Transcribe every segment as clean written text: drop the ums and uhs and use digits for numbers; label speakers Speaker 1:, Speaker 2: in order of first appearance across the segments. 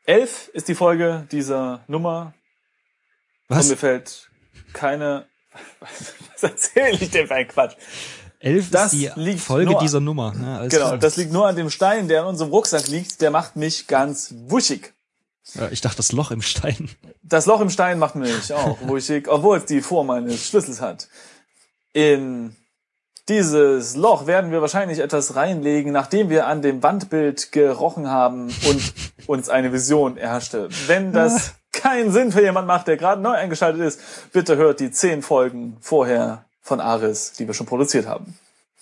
Speaker 1: 11 ist die Folge dieser Nummer.
Speaker 2: Was?
Speaker 1: Und mir fällt keine... Was erzähle ich denn für ein Quatsch?
Speaker 2: 11
Speaker 1: Das
Speaker 2: ist die
Speaker 1: liegt
Speaker 2: Folge
Speaker 1: nur-
Speaker 2: dieser Nummer. Ja, alles
Speaker 1: Genau,
Speaker 2: klar.
Speaker 1: das liegt nur an dem Stein, der in unserem Rucksack liegt. Der macht mich ganz wuschig.
Speaker 2: Ja, ich dachte, das Loch im Stein.
Speaker 1: Das Loch im Stein macht mich auch wuschig, obwohl es die Form eines Schlüssels hat. In dieses Loch werden wir wahrscheinlich etwas reinlegen, nachdem wir an dem Wandbild gerochen haben und uns eine Vision erhaschte. Wenn das keinen Sinn für jemand macht, der gerade neu eingeschaltet ist, bitte hört die 10 Folgen vorher von Aris, die wir schon produziert haben.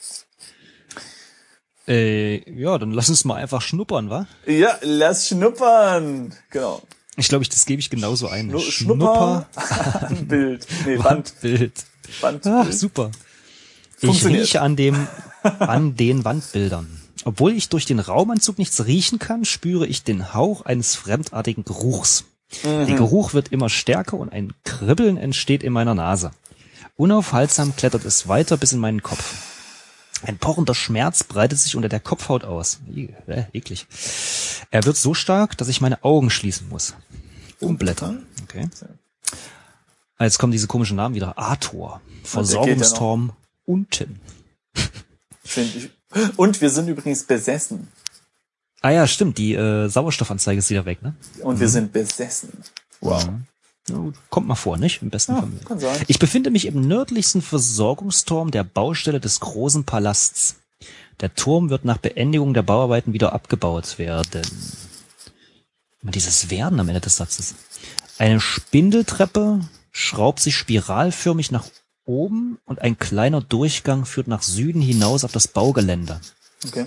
Speaker 2: Ja, dann lass uns mal einfach schnuppern, wa?
Speaker 1: Ja, lass schnuppern. Genau.
Speaker 2: Ich glaube, das gebe ich genauso ein.
Speaker 1: Schnupper. Bild. Nee,
Speaker 2: Wandbild.
Speaker 1: Wandbild.
Speaker 2: Ach, super. Ich
Speaker 1: Funktioniert.
Speaker 2: rieche an den Wandbildern. Obwohl ich durch den Raumanzug nichts riechen kann, spüre ich den Hauch eines fremdartigen Geruchs. Der Geruch wird immer stärker und ein Kribbeln entsteht in meiner Nase. Unaufhaltsam klettert es weiter bis in meinen Kopf. Ein pochender Schmerz breitet sich unter der Kopfhaut aus. Eklig. Er wird so stark, dass ich meine Augen schließen muss. Umblättern. Okay. Jetzt kommen diese komischen Namen wieder. Ator. Versorgungsturm unten.
Speaker 1: Finde ich. Und wir sind übrigens besessen.
Speaker 2: Ah ja, stimmt. Die Sauerstoffanzeige ist wieder weg, ne?
Speaker 1: Und wir sind besessen. Wow.
Speaker 2: Na gut, kommt mal vor, nicht? Im besten Fall.
Speaker 1: Kann sein.
Speaker 2: Ich befinde mich im nördlichsten Versorgungsturm der Baustelle des großen Palasts. Der Turm wird nach Beendigung der Bauarbeiten wieder abgebaut werden. Immer dieses Werden am Ende des Satzes. Eine Spindeltreppe schraubt sich spiralförmig nach oben und ein kleiner Durchgang führt nach Süden hinaus auf das Baugelände.
Speaker 1: Okay.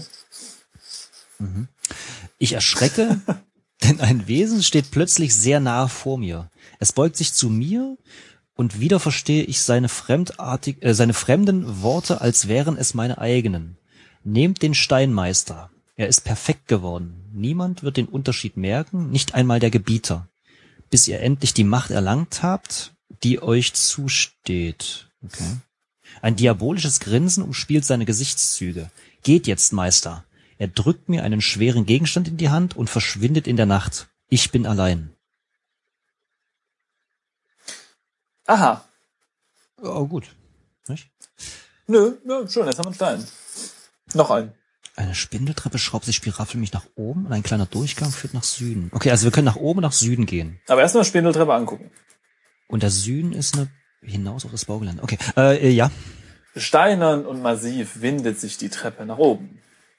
Speaker 2: Ich erschrecke, denn ein Wesen steht plötzlich sehr nahe vor mir. Es beugt sich zu mir und wieder verstehe ich seine fremden Worte, als wären es meine eigenen. Nehmt den Steinmeister. Er ist perfekt geworden. Niemand wird den Unterschied merken, nicht einmal der Gebieter. Bis ihr endlich die Macht erlangt habt, die euch zusteht. Okay. Ein diabolisches Grinsen umspielt seine Gesichtszüge. Geht jetzt, Meister. Er drückt mir einen schweren Gegenstand in die Hand und verschwindet in der Nacht. Ich bin allein.
Speaker 1: Aha.
Speaker 2: Oh, gut. Nicht?
Speaker 1: Nö, schön, jetzt haben wir einen Stein. Noch einen.
Speaker 2: Eine Spindeltreppe schraubt sich spiralförmig nach oben und ein kleiner Durchgang führt nach Süden. Okay, also wir können nach oben und nach Süden gehen.
Speaker 1: Aber erst mal Spindeltreppe angucken.
Speaker 2: Und der Süden ist hinaus auf das Baugelände. Okay, ja.
Speaker 1: Steinern und massiv windet sich die Treppe nach oben.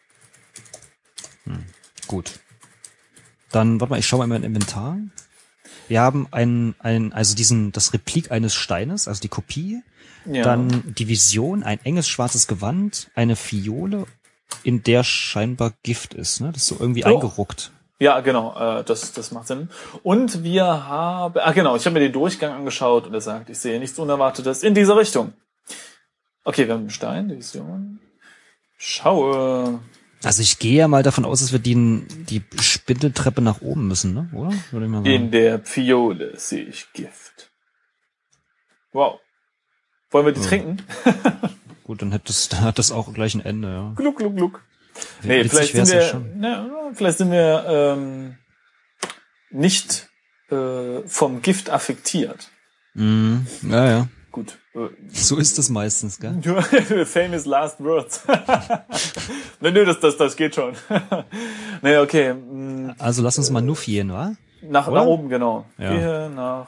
Speaker 2: Gut. Dann, warte mal, ich schaue mal in mein Inventar. Wir haben das Replik eines Steines, also die Kopie.
Speaker 1: Ja.
Speaker 2: Dann die Vision, ein enges schwarzes Gewand, eine Fiole, in der scheinbar Gift ist, ne? Das ist so irgendwie eingeruckt.
Speaker 1: Ja, genau, das macht Sinn. Und wir haben, ich habe mir den Durchgang angeschaut und er sagt, ich sehe nichts Unerwartetes in dieser Richtung. Okay, wir haben einen Stein, die Vision. Schaue.
Speaker 2: Also ich gehe ja mal davon aus, dass wir die Spindeltreppe nach oben müssen, ne? Oder? Würde ich mal sagen.
Speaker 1: In der Fiole sehe ich Gift. Wow. Wollen wir die trinken?
Speaker 2: Gut, dann hat das auch gleich ein Ende, ja.
Speaker 1: Gluck, gluck, gluck. Nee,
Speaker 2: Witzig
Speaker 1: vielleicht
Speaker 2: wär's
Speaker 1: sind wir nicht vom Gift affektiert.
Speaker 2: Ja.
Speaker 1: Gut.
Speaker 2: So ist es meistens, gell?
Speaker 1: Famous last words. Nö, das geht schon. Nee, okay.
Speaker 2: Also lass uns mal nuffieren, wa?
Speaker 1: Nach oben, genau.
Speaker 2: Ja.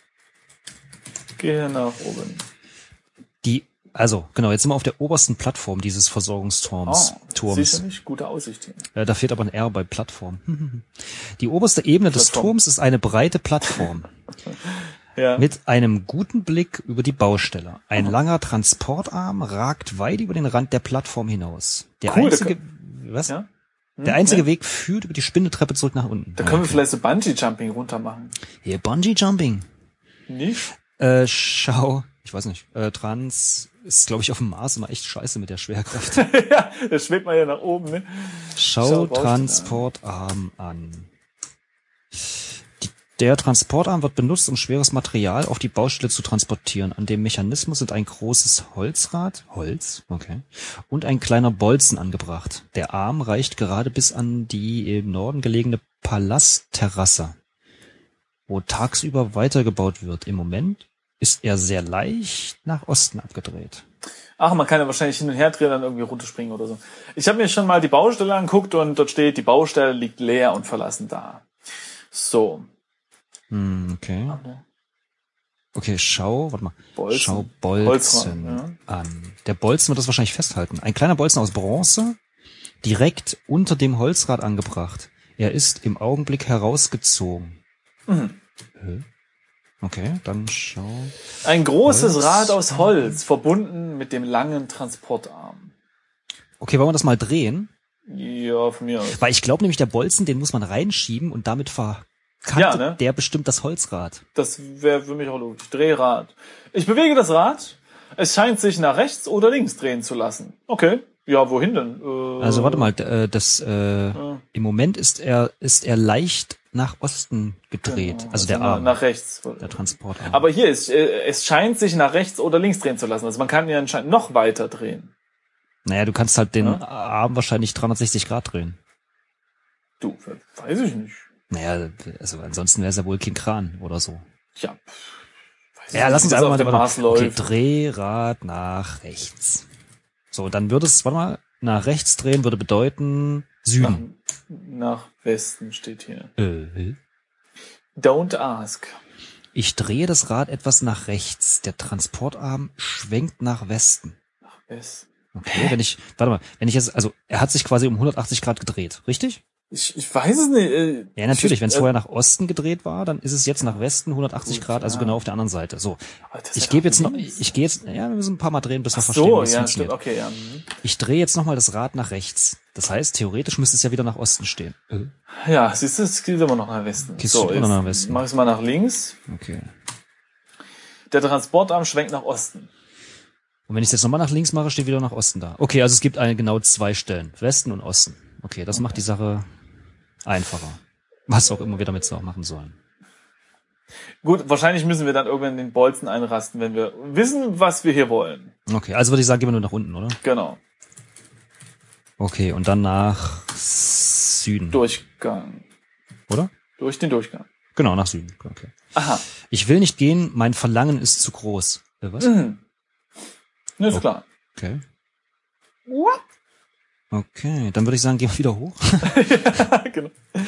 Speaker 1: Gehe nach oben.
Speaker 2: Also, genau, jetzt sind wir auf der obersten Plattform dieses Versorgungsturms.
Speaker 1: Sicherlich gute Aussicht hier.
Speaker 2: Da fehlt aber ein R bei Plattform. Die oberste Ebene des Turms ist eine breite Plattform.
Speaker 1: Ja.
Speaker 2: Mit einem guten Blick über die Baustelle. Ein langer Transportarm ragt weit über den Rand der Plattform hinaus. Der einzige Weg führt über die Spindeltreppe zurück nach unten.
Speaker 1: Da können wir vielleicht so Bungee-Jumping runter machen.
Speaker 2: Hier, Bungee-Jumping.
Speaker 1: Nicht?
Speaker 2: Schau, ich weiß nicht, Trans ist, glaube ich, auf dem Mars immer echt scheiße mit der Schwerkraft.
Speaker 1: Ja, da schwebt man ja nach oben, ne?
Speaker 2: Schau Transportarm an. Der Transportarm wird benutzt, um schweres Material auf die Baustelle zu transportieren. An dem Mechanismus sind ein großes Holzrad, okay, und ein kleiner Bolzen angebracht. Der Arm reicht gerade bis an die im Norden gelegene Palastterrasse, wo tagsüber weitergebaut wird. Im Moment ist er sehr leicht nach Osten abgedreht.
Speaker 1: Ach, man kann ja wahrscheinlich hin und her drehen, dann irgendwie runterspringen oder so. Ich habe mir schon mal die Baustelle angeguckt und dort steht, die Baustelle liegt leer und verlassen da. So.
Speaker 2: Okay. Okay, warte mal.
Speaker 1: Bolzen.
Speaker 2: Schau Bolzen an. Der Bolzen wird das wahrscheinlich festhalten. Ein kleiner Bolzen aus Bronze, direkt unter dem Holzrad angebracht. Er ist im Augenblick herausgezogen. Okay, dann schau.
Speaker 1: Ein großes Rad aus Holz, verbunden mit dem langen Transportarm.
Speaker 2: Okay, wollen wir das mal drehen?
Speaker 1: Ja, von mir aus.
Speaker 2: Weil ich glaube nämlich, der Bolzen, den muss man reinschieben und damit verkantet der bestimmt das Holzrad.
Speaker 1: Das wäre für mich auch logisch. Drehrad. Ich bewege das Rad. Es scheint sich nach rechts oder links drehen zu lassen. Okay. Ja, wohin denn?
Speaker 2: Also warte mal, im Moment ist er leicht nach Osten gedreht.
Speaker 1: Genau,
Speaker 2: also der Arm.
Speaker 1: Nach rechts.
Speaker 2: Der Transportarm.
Speaker 1: Aber hier ist, es scheint sich nach rechts oder links drehen zu lassen. Also man kann ihn anscheinend noch weiter drehen.
Speaker 2: Naja, du kannst halt den Arm wahrscheinlich 360 Grad drehen.
Speaker 1: Du, weiß ich nicht.
Speaker 2: Naja, also ansonsten wäre es ja wohl kein Kran oder so.
Speaker 1: Ja.
Speaker 2: Ja, lass uns einfach
Speaker 1: mal.
Speaker 2: Okay, Drehrad nach rechts. So, dann würde es, warte mal, nach rechts drehen würde bedeuten Süden.
Speaker 1: Nach Westen steht hier.
Speaker 2: Will.
Speaker 1: Don't ask.
Speaker 2: Ich drehe das Rad etwas nach rechts. Der Transportarm schwenkt nach Westen.
Speaker 1: Nach Westen.
Speaker 2: Okay, wenn ich jetzt, also er hat sich quasi um 180 Grad gedreht, richtig?
Speaker 1: Ich weiß es nicht.
Speaker 2: Ja, natürlich, wenn es vorher nach Osten gedreht war, dann ist es jetzt nach Westen 180 Grad, also genau auf der anderen Seite. So. Ich gehe jetzt, wir müssen ein paar Mal drehen, bis wir verstehen, wie es funktioniert.
Speaker 1: Okay, ja.
Speaker 2: Ich drehe jetzt nochmal das Rad nach rechts. Das heißt, theoretisch müsste es ja wieder nach Osten stehen.
Speaker 1: Ja, siehst du, es geht immer noch nach Westen.
Speaker 2: So, jetzt nach Westen.
Speaker 1: Mach ich es mal nach links.
Speaker 2: Okay.
Speaker 1: Der Transportarm schwenkt nach Osten.
Speaker 2: Und wenn ich es jetzt nochmal nach links mache, steht wieder nach Osten da. Okay, also es gibt genau 2 Stellen. Westen und Osten. Okay, das macht die Sache einfacher. Was auch immer wir damit so machen sollen.
Speaker 1: Gut, wahrscheinlich müssen wir dann irgendwann den Bolzen einrasten, wenn wir wissen, was wir hier wollen.
Speaker 2: Okay, also würde ich sagen, gehen wir nur nach unten, oder?
Speaker 1: Genau.
Speaker 2: Okay, und dann nach Süden.
Speaker 1: Durchgang.
Speaker 2: Oder?
Speaker 1: Durch den Durchgang.
Speaker 2: Genau, nach Süden. Okay.
Speaker 1: Aha.
Speaker 2: Ich will nicht gehen, mein Verlangen ist zu groß. Was?
Speaker 1: Ne, ist klar.
Speaker 2: Okay.
Speaker 1: What?
Speaker 2: Okay, dann würde ich sagen, gehen wir wieder hoch.
Speaker 1: Ja, genau.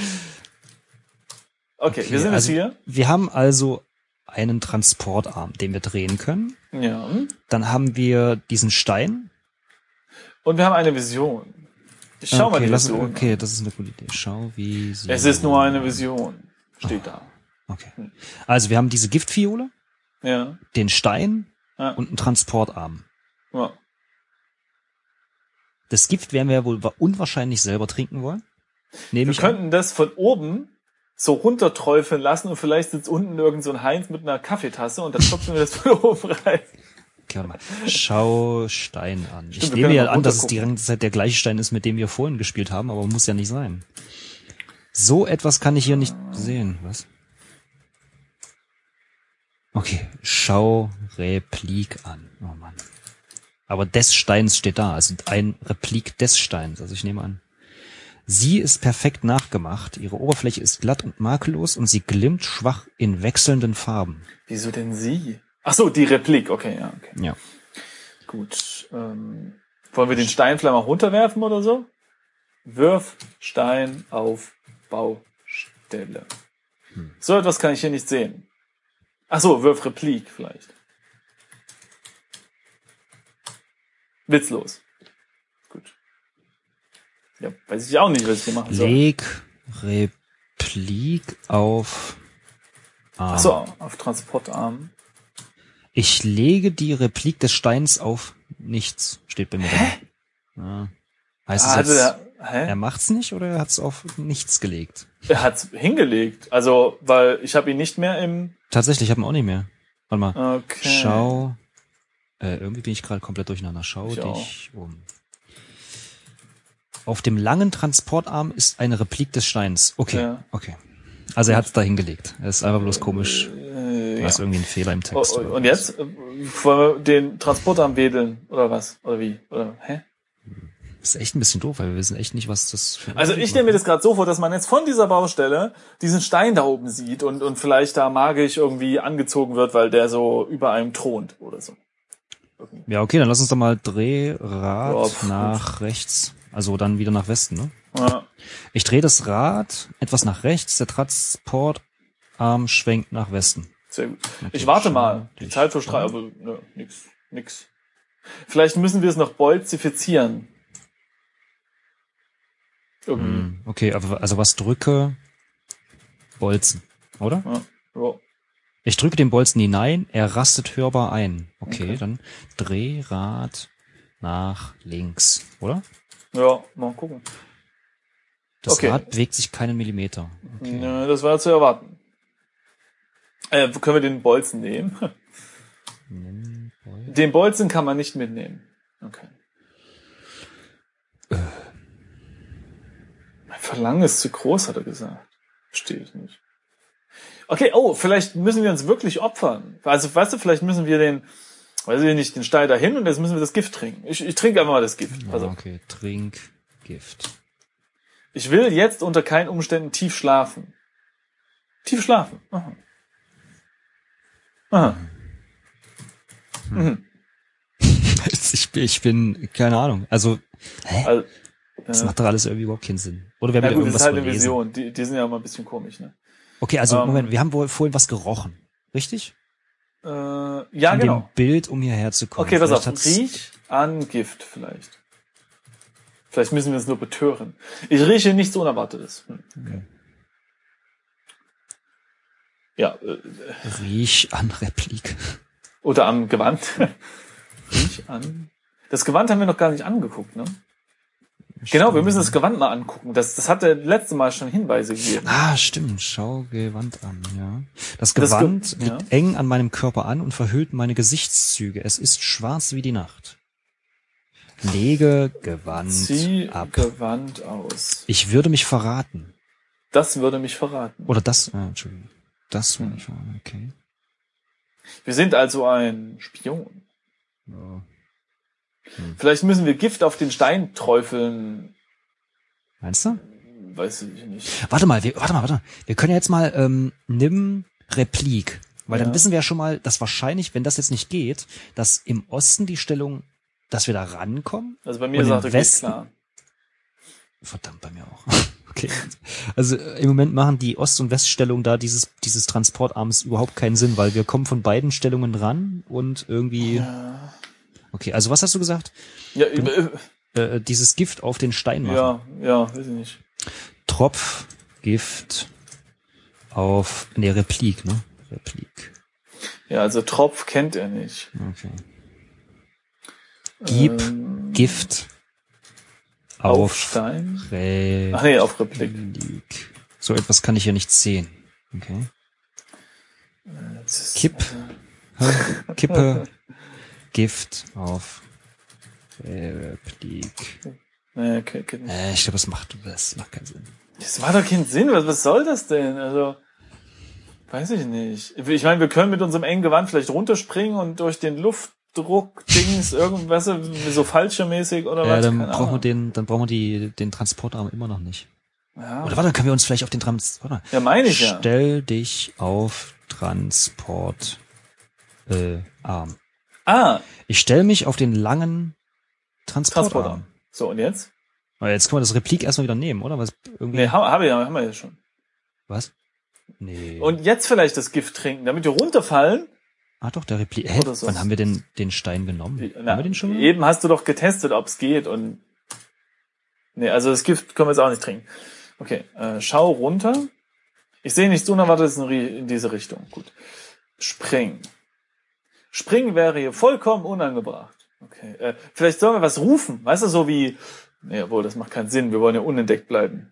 Speaker 1: Okay, wir sind jetzt hier.
Speaker 2: Wir haben also einen Transportarm, den wir drehen können.
Speaker 1: Ja.
Speaker 2: Dann haben wir diesen Stein.
Speaker 1: Und wir haben eine Vision. Ich schau mal die Vision.
Speaker 2: Okay, das ist eine gute Idee. Schau, wie sie.
Speaker 1: Es ist nur eine Vision. Steht da.
Speaker 2: Okay. Also wir haben diese Giftfiole.
Speaker 1: Ja.
Speaker 2: Den Stein.
Speaker 1: Ja.
Speaker 2: Und einen Transportarm.
Speaker 1: Ja.
Speaker 2: Das Gift werden wir wohl unwahrscheinlich selber trinken wollen.
Speaker 1: Wir könnten das von oben so runterträufeln lassen und vielleicht sitzt unten irgend so ein Heinz mit einer Kaffeetasse und dann stopfen wir das von oben rein.
Speaker 2: Okay, warte mal. Schau Stein an.
Speaker 1: Stimmt,
Speaker 2: ich nehme ja an, dass es die ganze Zeit der gleiche Stein ist, mit dem wir vorhin gespielt haben, aber muss ja nicht sein. So etwas kann ich hier nicht sehen. Was? Okay, schau Replik an. Oh Mann. Aber des Steins steht da, also ein Replik des Steins. Also ich nehme an. Sie ist perfekt nachgemacht. Ihre Oberfläche ist glatt und makellos und sie glimmt schwach in wechselnden Farben.
Speaker 1: Wieso denn sie? Ach so, die Replik. Okay, ja. Okay.
Speaker 2: Ja.
Speaker 1: Gut. Wollen wir den Stein vielleicht mal runterwerfen oder so? Wirf Stein auf Baustelle. So etwas kann ich hier nicht sehen. Ach so, wirf Replik vielleicht. Witzlos. Gut. Ja, weiß ich auch nicht, was ich hier machen soll.
Speaker 2: Leg Replik auf Arm.
Speaker 1: Ach so, auf Transportarm.
Speaker 2: Ich lege die Replik des Steins auf nichts, steht bei mir da. Ja. Heißt es jetzt, er macht's nicht oder er hat's auf nichts gelegt?
Speaker 1: Er hat's hingelegt. Also, weil ich habe ihn nicht mehr im...
Speaker 2: Tatsächlich, ich habe ihn auch nicht mehr. Warte mal.
Speaker 1: Okay.
Speaker 2: Schau. Irgendwie bin ich gerade komplett durcheinander. Schau
Speaker 1: ich
Speaker 2: dich um. Auf dem langen Transportarm ist eine Replik des Steins. Okay,
Speaker 1: ja.
Speaker 2: okay. Also er hat es da hingelegt. Er ist einfach bloß komisch. Da ist irgendwie ein Fehler im Text.
Speaker 1: Und jetzt? Wollen wir den Transportarm wedeln? Oder was? Oder wie? Oder, hä?
Speaker 2: Das ist echt ein bisschen doof, weil wir wissen echt nicht, was das für...
Speaker 1: Also ich stelle mir das gerade so vor, dass man jetzt von dieser Baustelle diesen Stein da oben sieht und vielleicht da magisch irgendwie angezogen wird, weil der so über einem thront oder so.
Speaker 2: Ja, okay, dann lass uns doch mal Drehrad nach rechts. Also dann wieder nach Westen, ne?
Speaker 1: Ja.
Speaker 2: Ich drehe das Rad etwas nach rechts, der Transportarm schwenkt nach Westen.
Speaker 1: Sehr gut.
Speaker 2: Okay,
Speaker 1: Ich warte mal. Die Zeit verstreicht, aber ne, nix. Vielleicht müssen wir es noch bolzifizieren. Irgendwie.
Speaker 2: Okay, also was drücke? Bolzen, oder?
Speaker 1: Ja.
Speaker 2: Ich drücke den Bolzen hinein, er rastet hörbar ein. Okay, dann Drehrad nach links, oder?
Speaker 1: Ja, mal gucken.
Speaker 2: Das Rad bewegt sich keinen Millimeter. Okay.
Speaker 1: Ja, das war zu erwarten. Können wir den Bolzen nehmen? Den Bolzen kann man nicht mitnehmen. Okay. Mein Verlangen ist zu groß, hat er gesagt. Verstehe ich nicht. Okay, vielleicht müssen wir uns wirklich opfern. Also, weißt du, vielleicht müssen wir den Stein dahin und jetzt müssen wir das Gift trinken. Ich trinke einfach mal das Gift.
Speaker 2: Also. Okay, trink Gift.
Speaker 1: Ich will jetzt unter keinen Umständen tief schlafen. Tief schlafen. Aha. Mhm.
Speaker 2: Ich bin, keine Ahnung. Also, das macht doch alles irgendwie überhaupt keinen Sinn. Oder wir haben
Speaker 1: ja, gut,
Speaker 2: irgendwas
Speaker 1: das ist halt
Speaker 2: verlesen.
Speaker 1: eine Vision. Die sind ja immer ein bisschen komisch, ne?
Speaker 2: Okay, also Moment, wir haben wohl vorhin was gerochen. Richtig?
Speaker 1: Ja,
Speaker 2: an
Speaker 1: genau.
Speaker 2: Dem Bild, um hierher zu kommen.
Speaker 1: Okay, pass auf.
Speaker 2: Vielleicht
Speaker 1: Riech an Gift vielleicht. Vielleicht müssen wir es nur betören. Ich rieche nichts Unerwartetes. Okay. Ja.
Speaker 2: Riech an Replik.
Speaker 1: Oder am Gewand. Riech an. Das Gewand haben wir noch gar nicht angeguckt, ne? Genau, wir müssen das Gewand mal angucken. Das hat der letzte Mal schon Hinweise gegeben.
Speaker 2: Ah, stimmt. Schau Gewand an, ja. Das Gewand liegt eng an meinem Körper an und verhüllt meine Gesichtszüge. Es ist schwarz wie die Nacht. Lege Gewand ab.
Speaker 1: Gewand aus.
Speaker 2: Ich würde mich verraten.
Speaker 1: Das würde mich verraten.
Speaker 2: Oder das, Entschuldigung. Das würde mich verraten, okay.
Speaker 1: Wir sind also ein Spion.
Speaker 2: Ja.
Speaker 1: Vielleicht müssen wir Gift auf den Stein träufeln.
Speaker 2: Meinst du?
Speaker 1: Weiß ich nicht.
Speaker 2: Warte mal. Wir können ja jetzt mal, nimm Replik. Weil dann wissen wir ja schon mal, dass wahrscheinlich, wenn das jetzt nicht geht, dass im Osten die Stellung, dass wir da rankommen.
Speaker 1: Also bei mir sagt er
Speaker 2: Westen,
Speaker 1: klar.
Speaker 2: Verdammt, bei mir auch. Okay. Also im Moment machen die Ost- und Weststellung da dieses Transportarms überhaupt keinen Sinn, weil wir kommen von beiden Stellungen ran und irgendwie... Ja. Okay, also was hast du gesagt?
Speaker 1: Ja,
Speaker 2: dieses Gift auf den Stein machen.
Speaker 1: Ja, weiß ich nicht.
Speaker 2: Tropf, Gift auf... Ne, Replik, ne? Replik.
Speaker 1: Ja, also Tropf kennt er nicht.
Speaker 2: Okay. Gib Gift auf
Speaker 1: Stein?
Speaker 2: Auf
Speaker 1: Replik.
Speaker 2: So etwas kann ich ja nicht sehen. Okay. Kippe Gift auf Replik.
Speaker 1: Okay.
Speaker 2: Ich glaube, das macht keinen Sinn.
Speaker 1: Das macht doch keinen Sinn. Was soll das denn? Also, weiß ich nicht. Ich meine, wir können mit unserem engen Gewand vielleicht runterspringen und durch den Luftdruck-Dings irgendwas, so fallschirmmäßig oder was.
Speaker 2: Dann brauchen wir den Transportarm immer noch nicht.
Speaker 1: Ja.
Speaker 2: Oder warte, können wir uns vielleicht auf den Transportarm...
Speaker 1: Ja, meine ich ja.
Speaker 2: Stell dich auf Transportarm. Ich stelle mich auf den langen Transportarm.
Speaker 1: So, und jetzt?
Speaker 2: Aber jetzt können wir das Replik erstmal wieder nehmen, oder? Was irgendwie...
Speaker 1: Nee, haben wir ja schon.
Speaker 2: Was? Nee.
Speaker 1: Und jetzt vielleicht das Gift trinken, damit wir runterfallen.
Speaker 2: Ah doch, der Replik. So. Wann haben wir den Stein genommen? Haben wir den schon mal?
Speaker 1: Eben hast du doch getestet, ob es geht. Und nee, also das Gift können wir jetzt auch nicht trinken. Okay, schau runter. Ich sehe nichts Unerwartetes in diese Richtung. Gut. Springen. Springen wäre hier vollkommen unangebracht. Okay, vielleicht sollen wir was rufen. Weißt du, so wie... Nee, obwohl, das macht keinen Sinn. Wir wollen ja unentdeckt bleiben.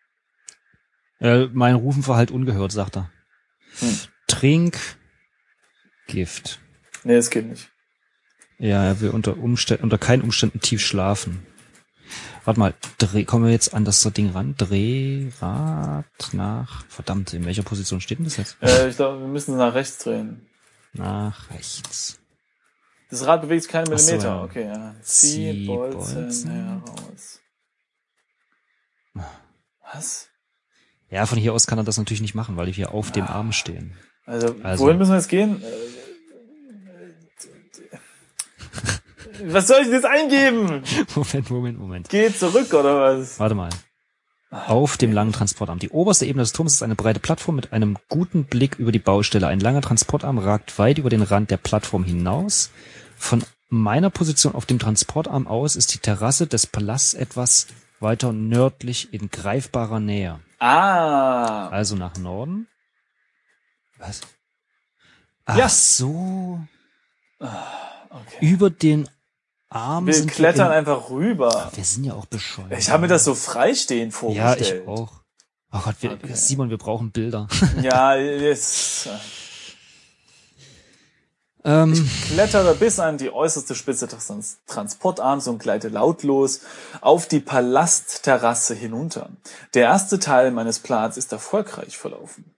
Speaker 2: Mein Rufen war halt ungehört, sagt er. Trink Gift.
Speaker 1: Nee, es geht nicht.
Speaker 2: Ja, er will unter keinen Umständen tief schlafen. Warte mal, kommen wir jetzt an das Ding ran? Drehrad nach, verdammt, in welcher Position steht denn das jetzt?
Speaker 1: Ich glaube, wir müssen nach rechts drehen.
Speaker 2: Nach rechts.
Speaker 1: Das Rad bewegt sich keinen
Speaker 2: Ach so,
Speaker 1: Millimeter.
Speaker 2: ja.
Speaker 1: Okay, ja. Zieh Bolzen heraus. Was?
Speaker 2: Ja, von hier aus kann er das natürlich nicht machen, weil ich hier auf dem Arm stehen.
Speaker 1: Also, wohin müssen wir jetzt gehen? Was soll ich denn jetzt eingeben?
Speaker 2: Moment.
Speaker 1: Geh zurück, oder was?
Speaker 2: Warte mal. Auf dem langen Transportarm. Die oberste Ebene des Turms ist eine breite Plattform mit einem guten Blick über die Baustelle. Ein langer Transportarm ragt weit über den Rand der Plattform hinaus. Von meiner Position auf dem Transportarm aus ist die Terrasse des Palasts etwas weiter nördlich in greifbarer Nähe.
Speaker 1: Ah.
Speaker 2: Also nach Norden. Was? Ach
Speaker 1: Ja.
Speaker 2: so.
Speaker 1: Okay.
Speaker 2: Über den Arm
Speaker 1: Wir
Speaker 2: sind
Speaker 1: klettern einfach rüber.
Speaker 2: wir sind ja auch bescheuert.
Speaker 1: Ich habe mir das so freistehend
Speaker 2: Ja,
Speaker 1: vorgestellt.
Speaker 2: ich auch. Oh Gott,
Speaker 1: Okay.
Speaker 2: Simon, wir brauchen Bilder.
Speaker 1: Ja, jetzt.
Speaker 2: Ich
Speaker 1: Klettere bis an die äußerste Spitze des Transportarms und gleite lautlos auf die Palastterrasse hinunter. Der erste Teil meines Plans ist erfolgreich verlaufen.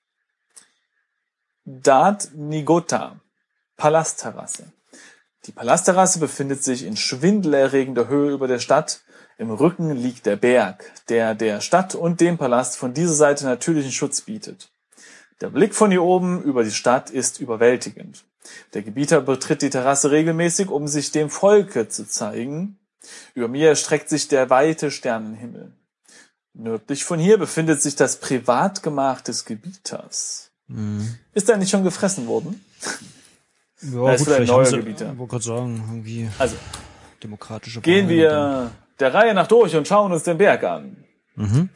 Speaker 1: Dat Nigota, Palastterrasse. Die Palastterrasse befindet sich in schwindelerregender Höhe über der Stadt. Im Rücken liegt der Berg, der der Stadt und dem Palast von dieser Seite natürlichen Schutz bietet. Der Blick von hier oben über die Stadt ist überwältigend. Der Gebieter betritt die Terrasse regelmäßig, um sich dem Volke zu zeigen. Über mir erstreckt sich der weite Sternenhimmel. Nördlich von hier befindet sich das Privatgemach des Gebieters. Ist er nicht schon gefressen worden?
Speaker 2: Ja,
Speaker 1: ist vielleicht ein neuer Gebieter.
Speaker 2: Ich wollte gerade sagen, irgendwie
Speaker 1: Also,
Speaker 2: demokratische
Speaker 1: gehen
Speaker 2: Wahlen
Speaker 1: wir der Reihe nach durch und schauen uns den Berg an.
Speaker 2: Mhm.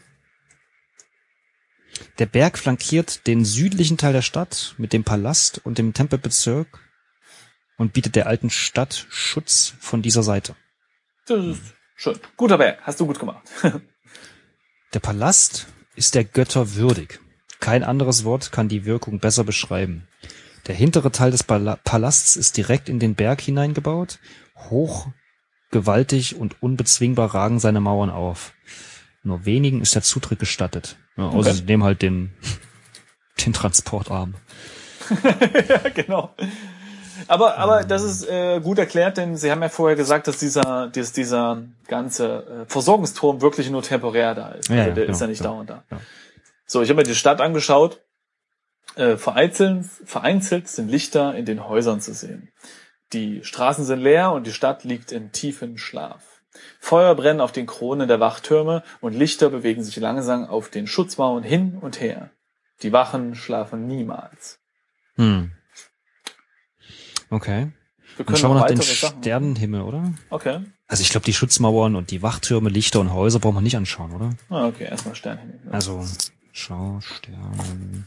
Speaker 2: Der Berg flankiert den südlichen Teil der Stadt mit dem Palast und dem Tempelbezirk und bietet der alten Stadt Schutz von dieser Seite.
Speaker 1: Das ist schön. Guter Berg, hast du gut gemacht.
Speaker 2: Der Palast ist der Götter würdig. Kein anderes Wort kann die Wirkung besser beschreiben. Der hintere Teil des Palasts ist direkt in den Berg hineingebaut. Hoch, gewaltig und unbezwingbar ragen seine Mauern auf. Nur wenigen ist der Zutritt gestattet. Ja, außer sie nehmen halt den Transportarm.
Speaker 1: Ja, genau. Aber das ist gut erklärt, denn Sie haben ja vorher gesagt, dass dieser ganze Versorgungsturm wirklich nur temporär da ist.
Speaker 2: Ja,
Speaker 1: Also der
Speaker 2: genau,
Speaker 1: ist ja nicht
Speaker 2: genau.
Speaker 1: dauernd da.
Speaker 2: Ja.
Speaker 1: So, ich habe mir die Stadt angeschaut. Vereinzelt sind Lichter in den Häusern zu sehen. Die Straßen sind leer und die Stadt liegt in tiefen Schlaf. Feuer brennen auf den Kronen der Wachtürme und Lichter bewegen sich langsam auf den Schutzmauern hin und her. Die Wachen schlafen niemals.
Speaker 2: Okay.
Speaker 1: Wir
Speaker 2: Dann
Speaker 1: können
Speaker 2: schauen wir
Speaker 1: noch
Speaker 2: nach den
Speaker 1: weitere Sachen.
Speaker 2: Sternenhimmel, oder?
Speaker 1: Okay.
Speaker 2: Also ich glaube, die Schutzmauern und die Wachtürme, Lichter und Häuser brauchen wir nicht anschauen, oder?
Speaker 1: Ah, okay, erstmal Sternenhimmel.
Speaker 2: Also, schau, Sternen.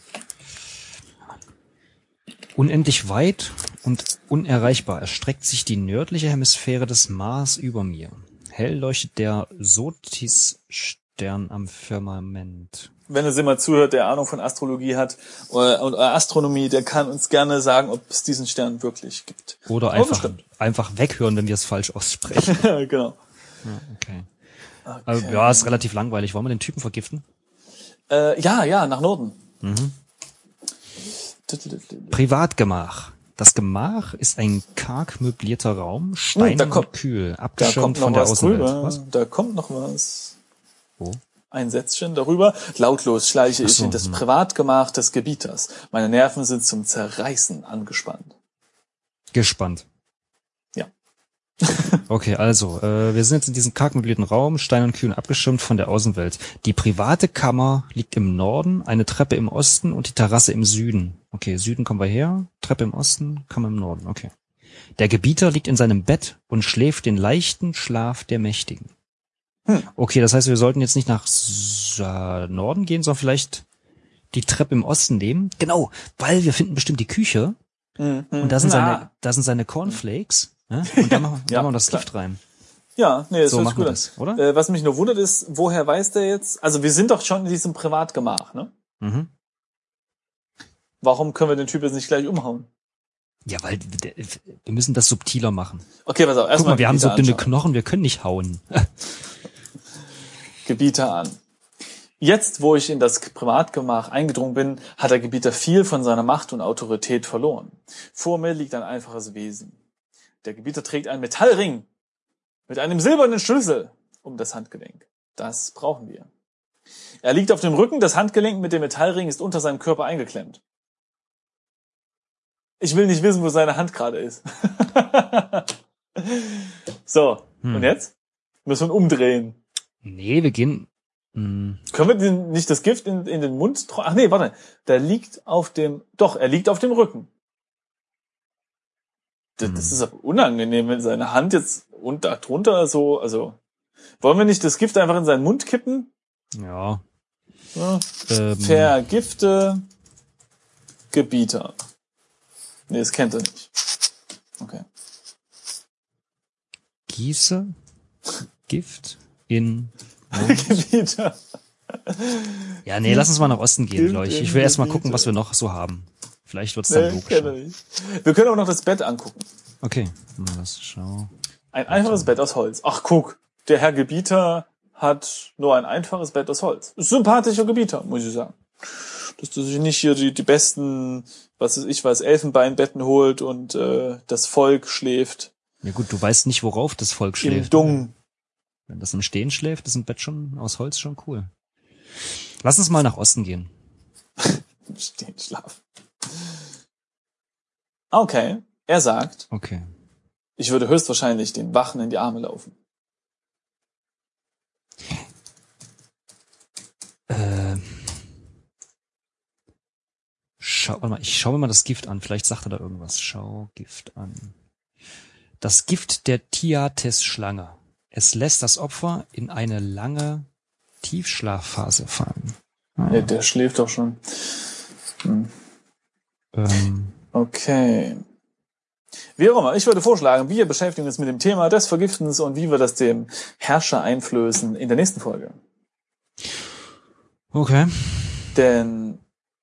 Speaker 2: Unendlich weit und unerreichbar erstreckt sich die nördliche Hemisphäre des Mars über mir. Hell leuchtet der Sothis-Stern am Firmament.
Speaker 1: Wenn es jemand zuhört, der Ahnung von Astrologie hat und Astronomie, der kann uns gerne sagen, ob es diesen Stern wirklich gibt.
Speaker 2: Oder
Speaker 1: Aber bestimmt.
Speaker 2: einfach weghören, wenn wir es falsch aussprechen.
Speaker 1: Genau.
Speaker 2: Ja, okay. Also, ja, ist relativ langweilig. Wollen wir den Typen vergiften?
Speaker 1: Ja, nach Norden.
Speaker 2: Privatgemach. Das Gemach ist ein karg möblierter Raum, steinern und kühl,
Speaker 1: Da
Speaker 2: abgeschirmt
Speaker 1: kommt noch
Speaker 2: von der
Speaker 1: was
Speaker 2: Außenwelt.
Speaker 1: drüber.
Speaker 2: Was?
Speaker 1: Da kommt noch was.
Speaker 2: Wo?
Speaker 1: Ein Sätzchen darüber. Lautlos schleiche ich
Speaker 2: so,
Speaker 1: in das Privatgemach des Gebieters. Meine Nerven sind zum Zerreißen angespannt.
Speaker 2: Gespannt.
Speaker 1: Ja.
Speaker 2: Okay, also, wir sind jetzt in diesem karg möblierten Raum, stein und kühl abgeschirmt von der Außenwelt. Die private Kammer liegt im Norden, eine Treppe im Osten und die Terrasse im Süden. Okay, Süden kommen wir her, Treppe im Osten, Kammer im Norden, okay. Der Gebieter liegt in seinem Bett und schläft den leichten Schlaf der Mächtigen. Okay, das heißt, wir sollten jetzt nicht nach Norden gehen, sondern vielleicht die Treppe im Osten nehmen. Genau, weil wir finden bestimmt die Küche und da sind seine Cornflakes. Ja? Und da machen wir das
Speaker 1: klar.
Speaker 2: Gift rein.
Speaker 1: Ja, nee, das
Speaker 2: So
Speaker 1: hört sich
Speaker 2: machen wir
Speaker 1: gut an.
Speaker 2: das, oder?
Speaker 1: Was mich nur wundert ist, woher weiß der jetzt? Also wir sind doch schon in diesem Privatgemach, ne?
Speaker 2: Mhm.
Speaker 1: Warum können wir den Typ jetzt nicht gleich umhauen?
Speaker 2: Ja, weil wir müssen das subtiler machen.
Speaker 1: Okay, pass auf.
Speaker 2: Guck
Speaker 1: Erstmal
Speaker 2: mal, wir haben so dünne
Speaker 1: anschauen.
Speaker 2: Knochen, wir können nicht hauen.
Speaker 1: Gebieter an. Jetzt, wo ich in das Privatgemach eingedrungen bin, hat der Gebieter viel von seiner Macht und Autorität verloren. Vor mir liegt ein einfaches Wesen. Der Gebieter trägt einen Metallring mit einem silbernen Schlüssel um das Handgelenk. Das brauchen wir. Er liegt auf dem Rücken, das Handgelenk mit dem Metallring ist unter seinem Körper eingeklemmt. Ich will nicht wissen, wo seine Hand gerade ist. So, und jetzt? Müssen wir ihn umdrehen.
Speaker 2: Nee, wir gehen...
Speaker 1: Können wir nicht das Gift in den Mund... Ach nee, warte. Er liegt auf dem Rücken. Das ist aber unangenehm, wenn seine Hand jetzt drunter so... Also, wollen wir nicht das Gift einfach in seinen Mund kippen?
Speaker 2: Ja.
Speaker 1: Vergifte Gebieter. Nee, das kennt er nicht. Okay.
Speaker 2: Gieße Gift in
Speaker 1: Gebieter.
Speaker 2: Ja, nee, lass uns mal nach Osten gehen, glaube ich. Ich will erst mal gucken,
Speaker 1: Gebiete.
Speaker 2: was wir noch so haben. Vielleicht wird's dann
Speaker 1: Nee, kennt er
Speaker 2: logischer.
Speaker 1: nicht. Wir können auch noch das Bett angucken.
Speaker 2: Okay, mal das schau.
Speaker 1: Ein einfaches Bett aus Holz. Ach, guck. Der Herr Gebieter hat nur ein einfaches Bett aus Holz. Sympathischer Gebieter, muss ich sagen. Dass du sich nicht hier die besten, Elfenbeinbetten holt und das Volk schläft.
Speaker 2: Ja gut, du weißt nicht, worauf das Volk
Speaker 1: Im
Speaker 2: schläft.
Speaker 1: Dung.
Speaker 2: Wenn das im Stehen schläft, ist ein Bett schon aus Holz schon cool. Lass uns mal nach Osten gehen.
Speaker 1: Im Stehen schlafen. Okay. Er sagt,
Speaker 2: Okay.
Speaker 1: ich würde höchstwahrscheinlich den Wachen in die Arme laufen.
Speaker 2: Warte mal, ich schaue mir mal das Gift an. Vielleicht sagt er da irgendwas. Schau Gift an. Das Gift der Tiates-Schlange. Es lässt das Opfer in eine lange Tiefschlafphase fallen.
Speaker 1: Ja, der schläft doch schon. Okay. Wie auch immer, ich würde vorschlagen, wir beschäftigen uns mit dem Thema des Vergiftens und wie wir das dem Herrscher einflößen in der nächsten Folge.
Speaker 2: Okay.
Speaker 1: Denn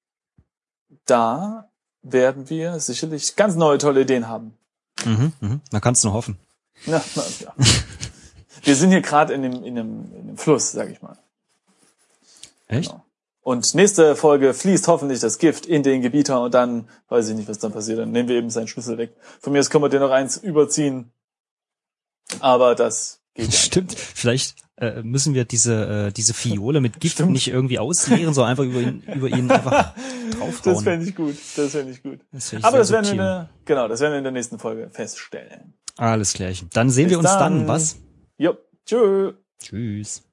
Speaker 1: da werden wir sicherlich ganz neue, tolle Ideen haben.
Speaker 2: Man kann es nur hoffen.
Speaker 1: Ja. Wir sind hier gerade in dem Fluss, sag ich mal.
Speaker 2: Echt?
Speaker 1: Genau. Und nächste Folge fließt hoffentlich das Gift in den Gebieter und dann, weiß ich nicht, was dann passiert, dann nehmen wir eben seinen Schlüssel weg. Von mir aus können wir dir noch eins überziehen. Aber das geht ja
Speaker 2: Stimmt. Vielleicht müssen wir diese Fiole mit Gift
Speaker 1: Stimmt.
Speaker 2: nicht irgendwie ausleeren, sondern einfach über ihn einfach draufhauen.
Speaker 1: Das fände ich gut. Das fände ich gut.
Speaker 2: Das fänd ich
Speaker 1: Aber
Speaker 2: sehr
Speaker 1: das werden
Speaker 2: subtil.
Speaker 1: das werden wir in der nächsten Folge feststellen.
Speaker 2: Alles klärchen. Dann sehen wir
Speaker 1: Bis
Speaker 2: uns
Speaker 1: dann.
Speaker 2: dann, was?
Speaker 1: Jo, tschö.
Speaker 2: Tschüss.